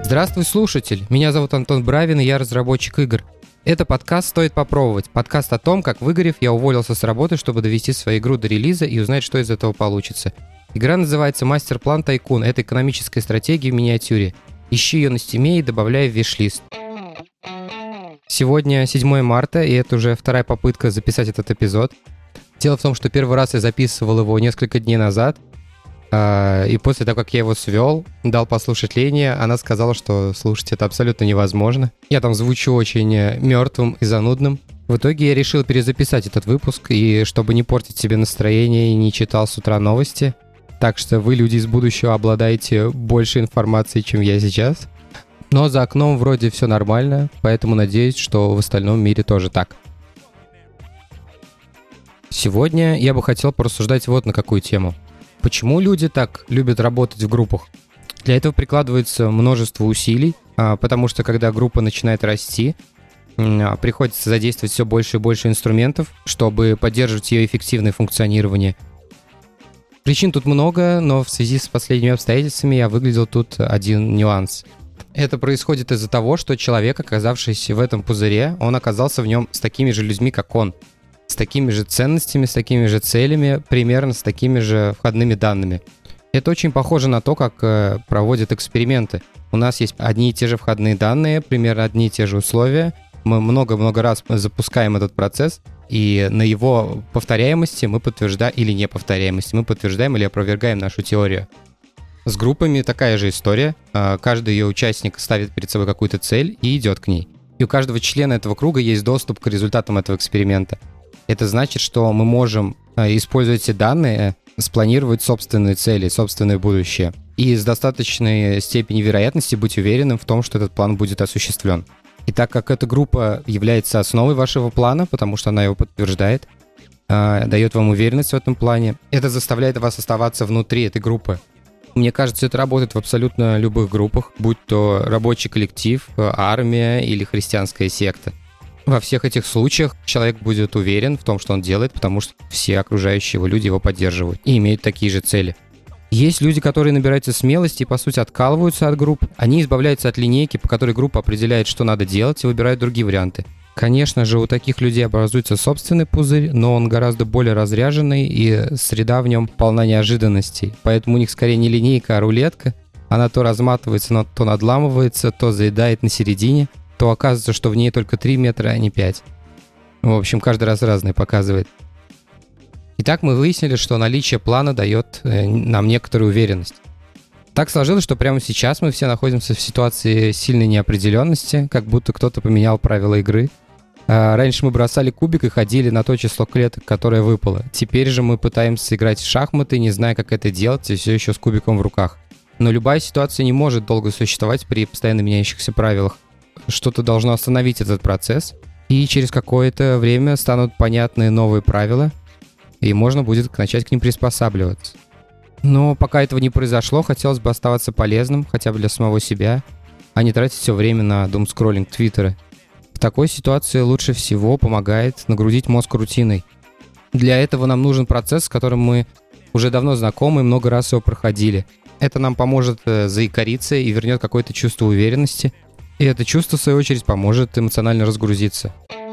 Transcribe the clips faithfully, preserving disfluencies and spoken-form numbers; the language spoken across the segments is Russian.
Здравствуй, слушатель! Меня зовут Антон Бравин, и я разработчик игр. Это подкаст «Стоит попробовать». Подкаст о том, как, выгорев, я уволился с работы, чтобы довести свою игру до релиза и узнать, что из этого получится. Игра называется «Мастер-план Тайкун». Это экономическая стратегия в миниатюре. Ищи ее на Стиме и добавляй в виш-лист. Сегодня седьмое марта, и это уже вторая попытка записать этот эпизод. Дело в том, что первый раз я записывал его несколько дней назад, и после того, как я его свел, дал послушать Лене, она сказала, что слушать это абсолютно невозможно. Я там звучу очень мертвым и занудным. В итоге я решил перезаписать этот выпуск, и чтобы не портить себе настроение, не читал с утра новости. Так что вы, люди из будущего, обладаете больше информации, чем я сейчас. Но за окном вроде все нормально, поэтому надеюсь, что в остальном мире тоже так. Сегодня я бы хотел порассуждать вот на какую тему. Почему люди так любят работать в группах? Для этого прикладывается множество усилий, потому что когда группа начинает расти, приходится задействовать все больше и больше инструментов, чтобы поддерживать ее эффективное функционирование. Причин тут много, но в связи с последними обстоятельствами я выглядел тут один нюанс. Это происходит из-за того, что человек, оказавшийся в этом пузыре, он оказался в нем с такими же людьми, как он. С такими же ценностями, с такими же целями, примерно с такими же входными данными. Это очень похоже на то, как э, проводят эксперименты. У нас есть одни и те же входные данные, примерно одни и те же условия. Мы много-много раз запускаем этот процесс, и на его повторяемости мы подтверждаем, или неповторяемости, мы подтверждаем или опровергаем нашу теорию. С группами такая же история. Каждый ее участник ставит перед собой какую-то цель и идет к ней. И у каждого члена этого круга есть доступ к результатам этого эксперимента. Это значит, что мы можем, используя эти данные, спланировать собственные цели, собственное будущее. И с достаточной степенью вероятности быть уверенным в том, что этот план будет осуществлен. И так как эта группа является основой вашего плана, потому что она его подтверждает, дает вам уверенность в этом плане, это заставляет вас оставаться внутри этой группы. Мне кажется, это работает в абсолютно любых группах, будь то рабочий коллектив, армия или христианская секта. Во всех этих случаях человек будет уверен в том, что он делает, потому что все окружающие его люди его поддерживают и имеют такие же цели. Есть люди, которые набираются смелости и, по сути, откалываются от групп. Они избавляются от линейки, по которой группа определяет, что надо делать, и выбирают другие варианты. Конечно же, у таких людей образуется собственный пузырь, но он гораздо более разряженный, и среда в нем полна неожиданностей. Поэтому у них скорее не линейка, а рулетка. Она то разматывается, то надламывается, то заедает на середине, то оказывается, что в ней только три метра, а не пять. В общем, каждый раз разное показывает. Итак, мы выяснили, что наличие плана дает нам некоторую уверенность. Так сложилось, что прямо сейчас мы все находимся в ситуации сильной неопределенности, как будто кто-то поменял правила игры. Раньше мы бросали кубик и ходили на то число клеток, которое выпало. Теперь же мы пытаемся играть в шахматы, не зная, как это делать, и все еще с кубиком в руках. Но любая ситуация не может долго существовать при постоянно меняющихся правилах. Что-то должно остановить этот процесс, и через какое-то время станут понятны новые правила, и можно будет начать к ним приспосабливаться. Но пока этого не произошло, хотелось бы оставаться полезным, хотя бы для самого себя, а не тратить все время на думскроллинг Твиттера. В такой ситуации лучше всего помогает нагрузить мозг рутиной. Для этого нам нужен процесс, с которым мы уже давно знакомы и много раз его проходили. Это нам поможет заикариться и вернет какое-то чувство уверенности, и это чувство, в свою очередь, поможет эмоционально разгрузиться.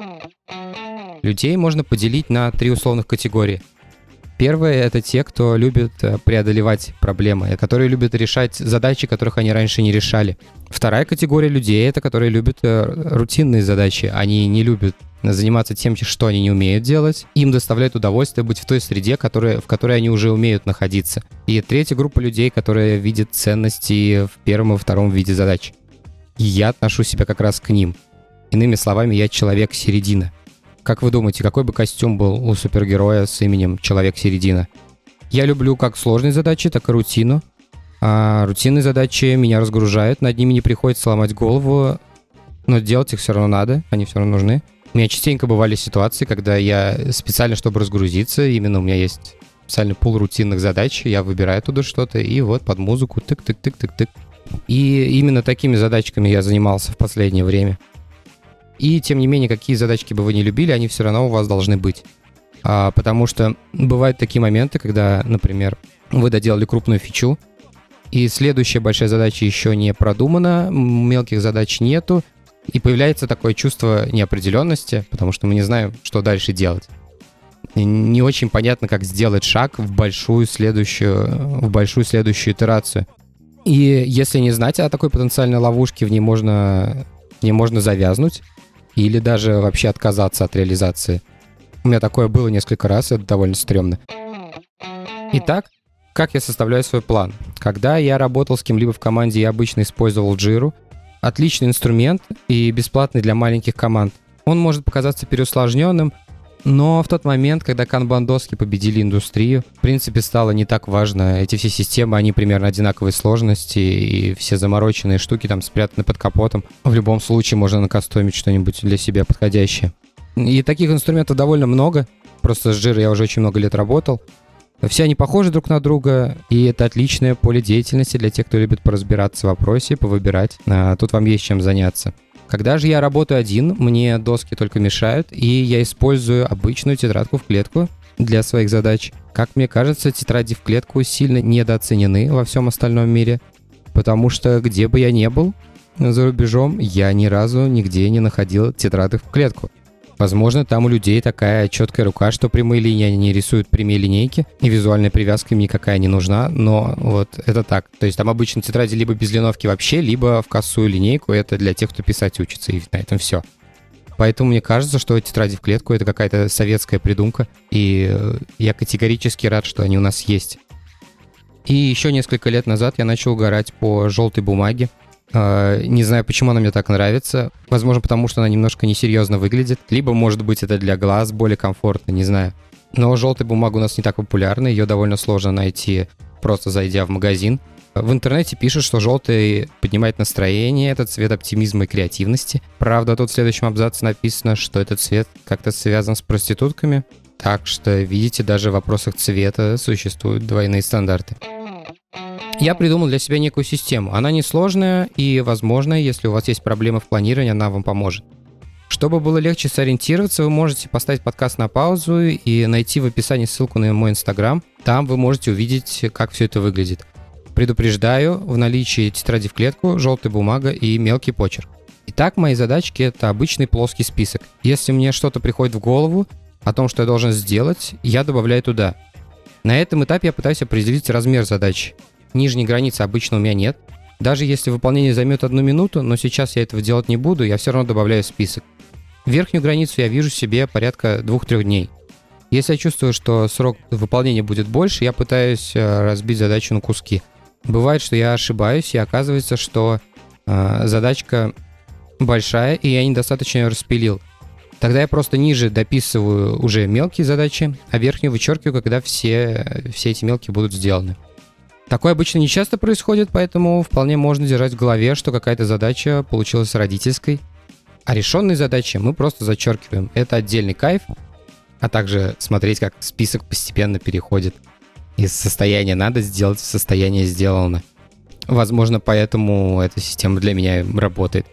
Людей можно поделить на три условных категории. Первые — это те, кто любит преодолевать проблемы, которые любят решать задачи, которых они раньше не решали. Вторая категория людей — это которые любят рутинные задачи. Они не любят заниматься тем, что они не умеют делать. Им доставляет удовольствие быть в той среде, которая, в которой они уже умеют находиться. И третья группа людей, которые видят ценности в первом и втором виде задач. И я отношу себя как раз к ним. Иными словами, я человек-середина. Как вы думаете, какой бы костюм был у супергероя с именем Человек-середина? Я люблю как сложные задачи, так и рутину. А рутинные задачи меня разгружают, над ними не приходится ломать голову, но делать их все равно надо, они все равно нужны. У меня частенько бывали ситуации, когда я специально, чтобы разгрузиться, именно у меня есть специальный пул рутинных задач, я выбираю оттуда что-то, и вот под музыку тык-тык-тык-тык-тык. И именно такими задачками я занимался в последнее время. И, тем не менее, какие задачки бы вы не любили, они все равно у вас должны быть. А, потому что бывают такие моменты, когда, например, вы доделали крупную фичу, и следующая большая задача еще не продумана, мелких задач нету, и появляется такое чувство неопределенности, потому что мы не знаем, что дальше делать. И не очень понятно, как сделать шаг в большую следующую, в большую следующую итерацию. И если не знать о такой потенциальной ловушке, в ней можно, в ней можно завязнуть или даже вообще отказаться от реализации. У меня такое было несколько раз, это довольно стрёмно. Итак, как я составляю свой план? Когда я работал с кем-либо в команде, я обычно использовал Jira. Отличный инструмент и бесплатный для маленьких команд. Он может показаться переусложненным, но в тот момент, когда канбан-доски победили индустрию, в принципе, стало не так важно. Эти все системы, они примерно одинаковой сложности, и все замороченные штуки там спрятаны под капотом. В любом случае можно накастомить что-нибудь для себя подходящее. И таких инструментов довольно много. Просто с Jira я уже очень много лет работал. Все они похожи друг на друга, и это отличное поле деятельности для тех, кто любит поразбираться в вопросе, повыбирать. А, тут вам есть чем заняться. Когда же я работаю один, мне доски только мешают, и я использую обычную тетрадку в клетку для своих задач. Как мне кажется, тетради в клетку сильно недооценены во всем остальном мире, потому что где бы я ни был за рубежом, я ни разу нигде не находил тетрадок в клетку. Возможно, там у людей такая четкая рука, что прямые линии они не рисуют прямые линейки, и визуальная привязка им никакая не нужна, но вот это так. То есть там обычно тетради либо без линовки вообще, либо в косую линейку, это для тех, кто писать учится, и на этом все. Поэтому мне кажется, что тетради в клетку — это какая-то советская придумка, и я категорически рад, что они у нас есть. И еще несколько лет назад я начал угорать по желтой бумаге. Не знаю, почему она мне так нравится. Возможно, потому что она немножко несерьезно выглядит. Либо, может быть, это для глаз более комфортно, не знаю. Но желтая бумага у нас не так популярна. Ее довольно сложно найти, просто зайдя в магазин. В интернете пишут, что желтый поднимает настроение, это цвет оптимизма и креативности. Правда, тут в следующем абзаце написано, что этот цвет как-то связан с проститутками. Так что, видите, даже в вопросах цвета существуют двойные стандарты. Я придумал для себя некую систему. Она несложная и, возможно, если у вас есть проблемы в планировании, она вам поможет. Чтобы было легче сориентироваться, вы можете поставить подкаст на паузу и найти в описании ссылку на мой Инстаграм. Там вы можете увидеть, как все это выглядит. Предупреждаю, в наличии тетради в клетку, желтая бумага и мелкий почерк. Итак, мои задачки — это обычный плоский список. Если мне что-то приходит в голову о том, что я должен сделать, я добавляю туда. На этом этапе я пытаюсь определить размер задачи. Нижней границы обычно у меня нет. Даже если выполнение займет одну минуту, но сейчас я этого делать не буду, я все равно добавляю в список. Верхнюю границу я вижу себе порядка двух-трех дней. Если я чувствую, что срок выполнения будет больше, я пытаюсь разбить задачу на куски. Бывает, что я ошибаюсь, и оказывается, что э, задачка большая, и я недостаточно ее распилил. Тогда я просто ниже дописываю уже мелкие задачи, а верхнюю вычеркиваю, когда все, все эти мелкие будут сделаны. Такое обычно не часто происходит, поэтому вполне можно держать в голове, что какая-то задача получилась родительской. А решенные задачи мы просто зачеркиваем. Это отдельный кайф, а также смотреть, как список постепенно переходит из состояния «надо сделать» в состояние «сделано». Возможно, поэтому эта система для меня работает.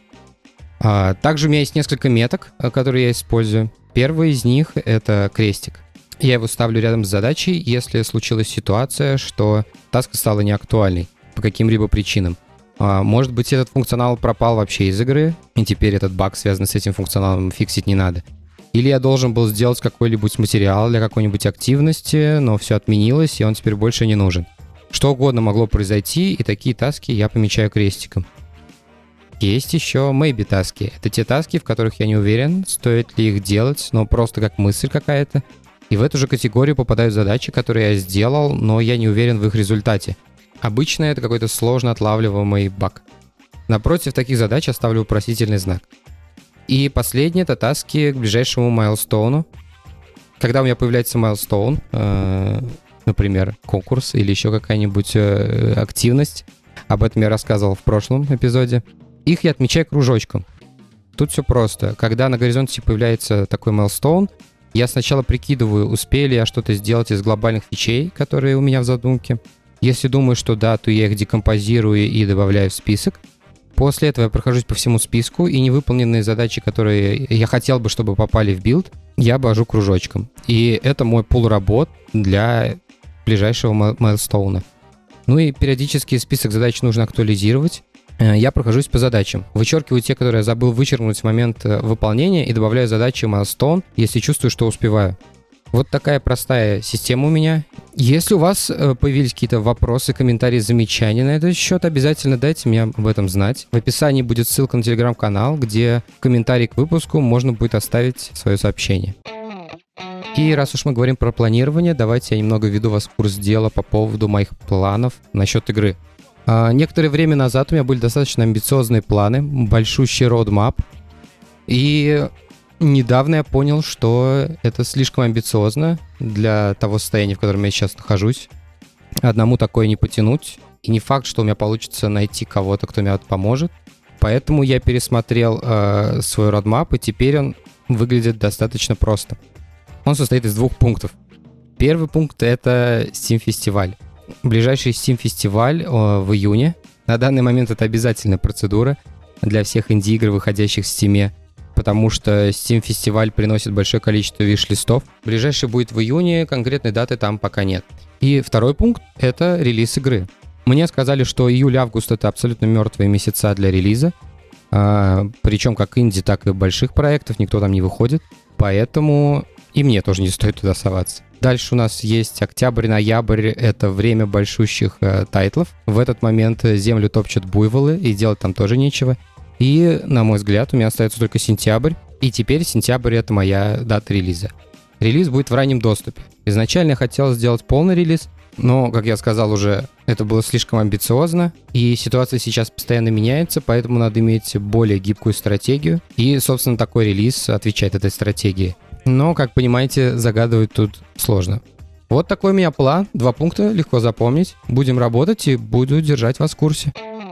А, также у меня есть несколько меток, которые я использую. Первый из них — это крестик. Я его ставлю рядом с задачей, если случилась ситуация, что таска стала неактуальной по каким-либо причинам. А, может быть, этот функционал пропал вообще из игры, и теперь этот баг, связанный с этим функционалом, фиксить не надо. Или я должен был сделать какой-нибудь материал для какой-нибудь активности, но все отменилось, и он теперь больше не нужен. Что угодно могло произойти, и такие таски я помечаю крестиком. Есть еще maybe таски. Это те таски, в которых я не уверен, стоит ли их делать, но просто как мысль какая-то. И в эту же категорию попадают задачи, которые я сделал, но я не уверен в их результате. Обычно это какой-то сложно отлавливаемый баг. Напротив таких задач я ставлю вопросительный знак. И последнее — это таски к ближайшему майлстоуну. Когда у меня появляется майлстоун, э, например, конкурс или еще какая-нибудь э, активность, об этом я рассказывал в прошлом эпизоде, их я отмечаю кружочком. Тут все просто. Когда на горизонте появляется такой майлстоун, я сначала прикидываю, успею ли я что-то сделать из глобальных фичей, которые у меня в задумке. Если думаю, что да, то я их декомпозирую и добавляю в список. После этого я прохожусь по всему списку, и невыполненные задачи, которые я хотел бы, чтобы попали в билд, я обвожу кружочком. И это мой пул работ для ближайшего майлстоуна. Ну и периодически список задач нужно актуализировать. Я прохожусь по задачам. Вычеркиваю те, которые я забыл вычеркнуть в момент выполнения, и добавляю задачи milestone, если чувствую, что успеваю. Вот такая простая система у меня. Если у вас появились какие-то вопросы, комментарии, замечания на этот счет, обязательно дайте мне об этом знать. В описании будет ссылка на телеграм-канал, где в комментарии к выпуску можно будет оставить свое сообщение. И раз уж мы говорим про планирование, давайте я немного введу вас в курс дела по поводу моих планов насчет игры. Некоторое время назад у меня были достаточно амбициозные планы, большущий roadmap, и недавно я понял, что это слишком амбициозно для того состояния, в котором я сейчас нахожусь. Одному такое не потянуть, и не факт, что у меня получится найти кого-то, кто мне поможет. Поэтому я пересмотрел э, свой roadmap, и теперь он выглядит достаточно просто. Он состоит из двух пунктов. Первый пункт — это Steam-фестиваль. Ближайший Steam-фестиваль в июне. На данный момент это обязательная процедура для всех инди-игр, выходящих в Steam, потому что Steam-фестиваль приносит большое количество виш-листов. Ближайший будет в июне, конкретной даты там пока нет. И второй пункт — это релиз игры. Мне сказали, что июль-август — это абсолютно мертвые месяца для релиза, а, причем как инди, так и больших проектов, никто там не выходит, поэтому и мне тоже не стоит туда соваться. Дальше у нас есть октябрь-ноябрь, это время большущих э, тайтлов. В этот момент землю топчут буйволы, и делать там тоже нечего. И, на мой взгляд, у меня остается только сентябрь, и теперь сентябрь — это моя дата релиза. Релиз будет в раннем доступе. Изначально я хотел сделать полный релиз, но, как я сказал уже, это было слишком амбициозно, и ситуация сейчас постоянно меняется, поэтому надо иметь более гибкую стратегию, и, собственно, такой релиз отвечает этой стратегии. Но, как понимаете, загадывать тут сложно. Вот такой у меня план. Два пункта, легко запомнить. Будем работать и буду держать вас в курсе.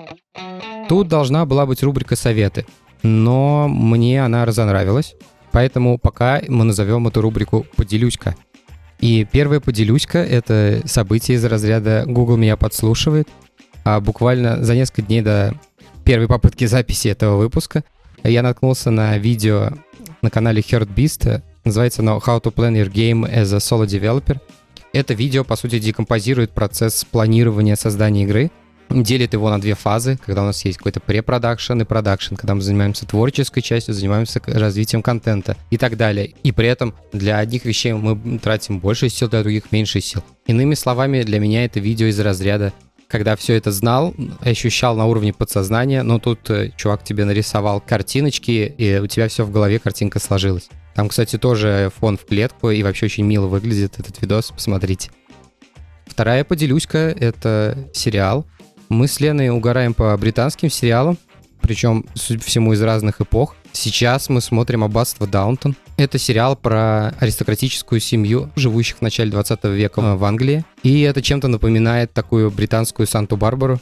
Тут должна была быть рубрика «Советы», но мне она разонравилась, поэтому пока мы назовем эту рубрику «Поделюсь-ка». И первое «Поделюсь-ка» — это событие из разряда «Google меня подслушивает». А буквально за несколько дней до первой попытки записи этого выпуска я наткнулся на видео на канале HeartBeast. Называется оно «How to plan your game as a solo developer». Это видео, по сути, декомпозирует процесс планирования создания игры, делит его на две фазы, когда у нас есть какой-то препродакшн и продакшн, когда мы занимаемся творческой частью, занимаемся развитием контента и так далее. И при этом для одних вещей мы тратим больше сил, для других меньше сил. Иными словами, для меня это видео из разряда, когда все это знал, ощущал на уровне подсознания, но тут э, чувак тебе нарисовал картиночки, и у тебя все в голове, картинка сложилась. Там, кстати, тоже фон в клетку, и вообще очень мило выглядит этот видос, посмотрите. Вторая «Поделюсь-ка» — это сериал. Мы с Леной угораем по британским сериалам, причем, судя по всему, из разных эпох. Сейчас мы смотрим «Аббатство Даунтон». Это сериал про аристократическую семью, живущих в начале двадцатого века в Англии. И это чем-то напоминает такую британскую Санту-Барбару,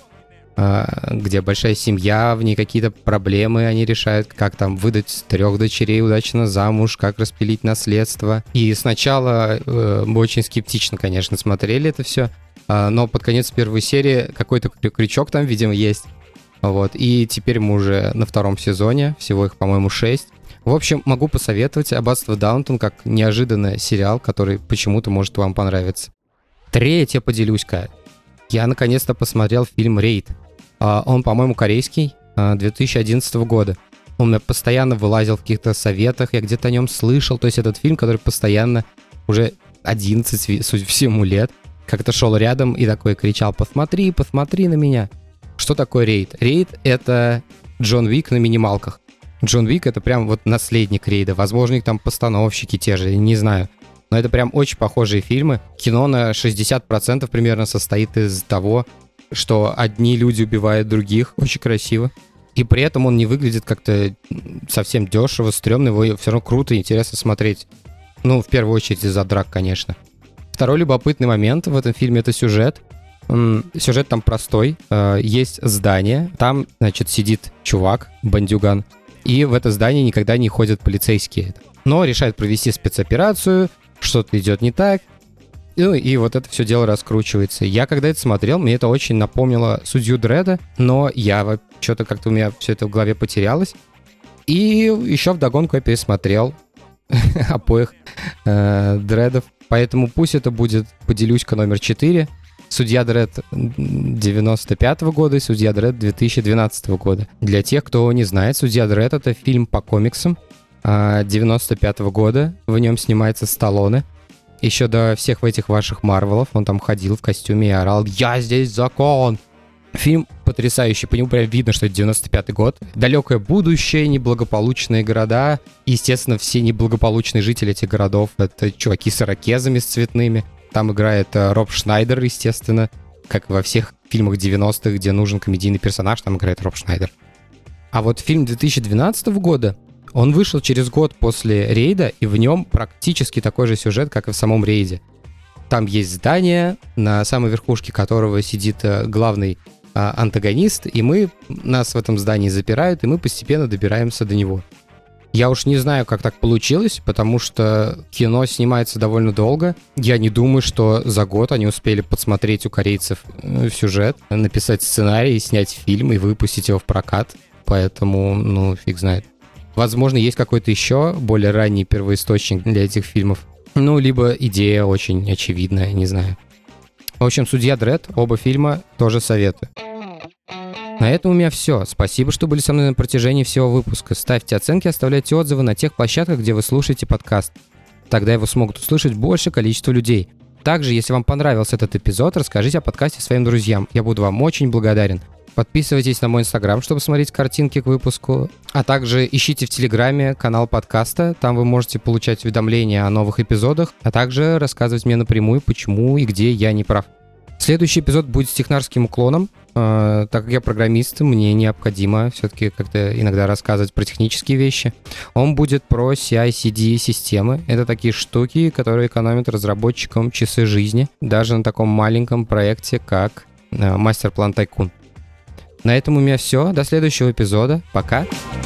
где большая семья, в ней какие-то проблемы они решают, как там выдать трех дочерей удачно замуж, как распилить наследство. И сначала э, мы очень скептично, конечно, смотрели это все, э, но под конец первой серии какой-то крючок там, видимо, есть. Вот. И теперь мы уже на втором сезоне, всего их, по-моему, шесть. В общем, могу посоветовать «Аббатство Даунтон» как неожиданный сериал, который почему-то может вам понравиться. Третье «Поделюсь-ка». Я наконец-то посмотрел фильм «Рейд». Он, по-моему, корейский, две тысячи одиннадцатого года. Он у меня постоянно вылазил в каких-то советах, я где-то о нем слышал. То есть этот фильм, который постоянно уже одиннадцать, судя по всему, лет, как-то шел рядом и такой кричал: «Посмотри, посмотри на меня». Что такое «Рейд»? «Рейд» — это Джон Уик на минималках. Джон Уик — это прям вот наследник «Рейда». Возможно, их там постановщики те же, не знаю. Но это прям очень похожие фильмы. Кино на шестьдесят процентов примерно состоит из того, что одни люди убивают других. Очень красиво. И при этом он не выглядит как-то совсем дешево, стрёмно. Его все равно круто и интересно смотреть. Ну, в первую очередь из-за драк, конечно. Второй любопытный момент в этом фильме — это сюжет. Сюжет там простой. Есть здание. Там, значит, сидит чувак, бандюган. И в это здание никогда не ходят полицейские. Но решает провести спецоперацию. Что-то идет не так. Ну и вот это все дело раскручивается. Я когда это смотрел, мне это очень напомнило «Судью Дредда», но я что-то как-то у меня все это в голове потерялось. И еще вдогонку я пересмотрел обоих э, Дреддов. Поэтому пусть это будет «Поделюсь-ка» номер четыре. Судья Дредд девяносто пятого года и Судья Дредд две тысячи двенадцатого года. Для тех, кто не знает, Судья Дредд — это фильм по комиксам девяносто пятого года. В нем снимается Сталлоне. Еще до всех этих ваших Марвелов он там ходил в костюме и орал «Я здесь закон!». Фильм потрясающий, по нему прям видно, что это девяносто пятый год. Далекое будущее, неблагополучные города. Естественно, все неблагополучные жители этих городов — это чуваки с ирокезами, с цветными. Там играет Роб Шнайдер, естественно, как во всех фильмах девяностых, где нужен комедийный персонаж, там играет Роб Шнайдер. А вот фильм две тысячи двенадцатого года, он вышел через год после «Рейда», и в нем практически такой же сюжет, как и в самом «Рейде». Там есть здание, на самой верхушке которого сидит главный антагонист, и мы, нас в этом здании запирают, и мы постепенно добираемся до него. Я уж не знаю, как так получилось, потому что кино снимается довольно долго. Я не думаю, что за год они успели подсмотреть у корейцев сюжет, написать сценарий, снять фильм и выпустить его в прокат. Поэтому, ну, фиг знает. Возможно, есть какой-то еще более ранний первоисточник для этих фильмов. Ну, либо идея очень очевидная, не знаю. В общем, «Судья Дредд», оба фильма тоже советую. На этом у меня все. Спасибо, что были со мной на протяжении всего выпуска. Ставьте оценки, оставляйте отзывы на тех площадках, где вы слушаете подкаст. Тогда его смогут услышать большее количество людей. Также, если вам понравился этот эпизод, расскажите о подкасте своим друзьям. Я буду вам очень благодарен. Подписывайтесь на мой инстаграм, чтобы смотреть картинки к выпуску. А также ищите в Телеграме канал подкаста. Там вы можете получать уведомления о новых эпизодах, а также рассказывать мне напрямую, почему и где я не прав. Следующий эпизод будет с технарским уклоном. Э, так как я программист, мне необходимо все-таки как-то иногда рассказывать про технические вещи. Он будет про си ай си ди системы. Это такие штуки, которые экономят разработчикам часы жизни, даже на таком маленьком проекте, как э, Мастер-план Тайкун. На этом у меня все. До следующего эпизода. Пока.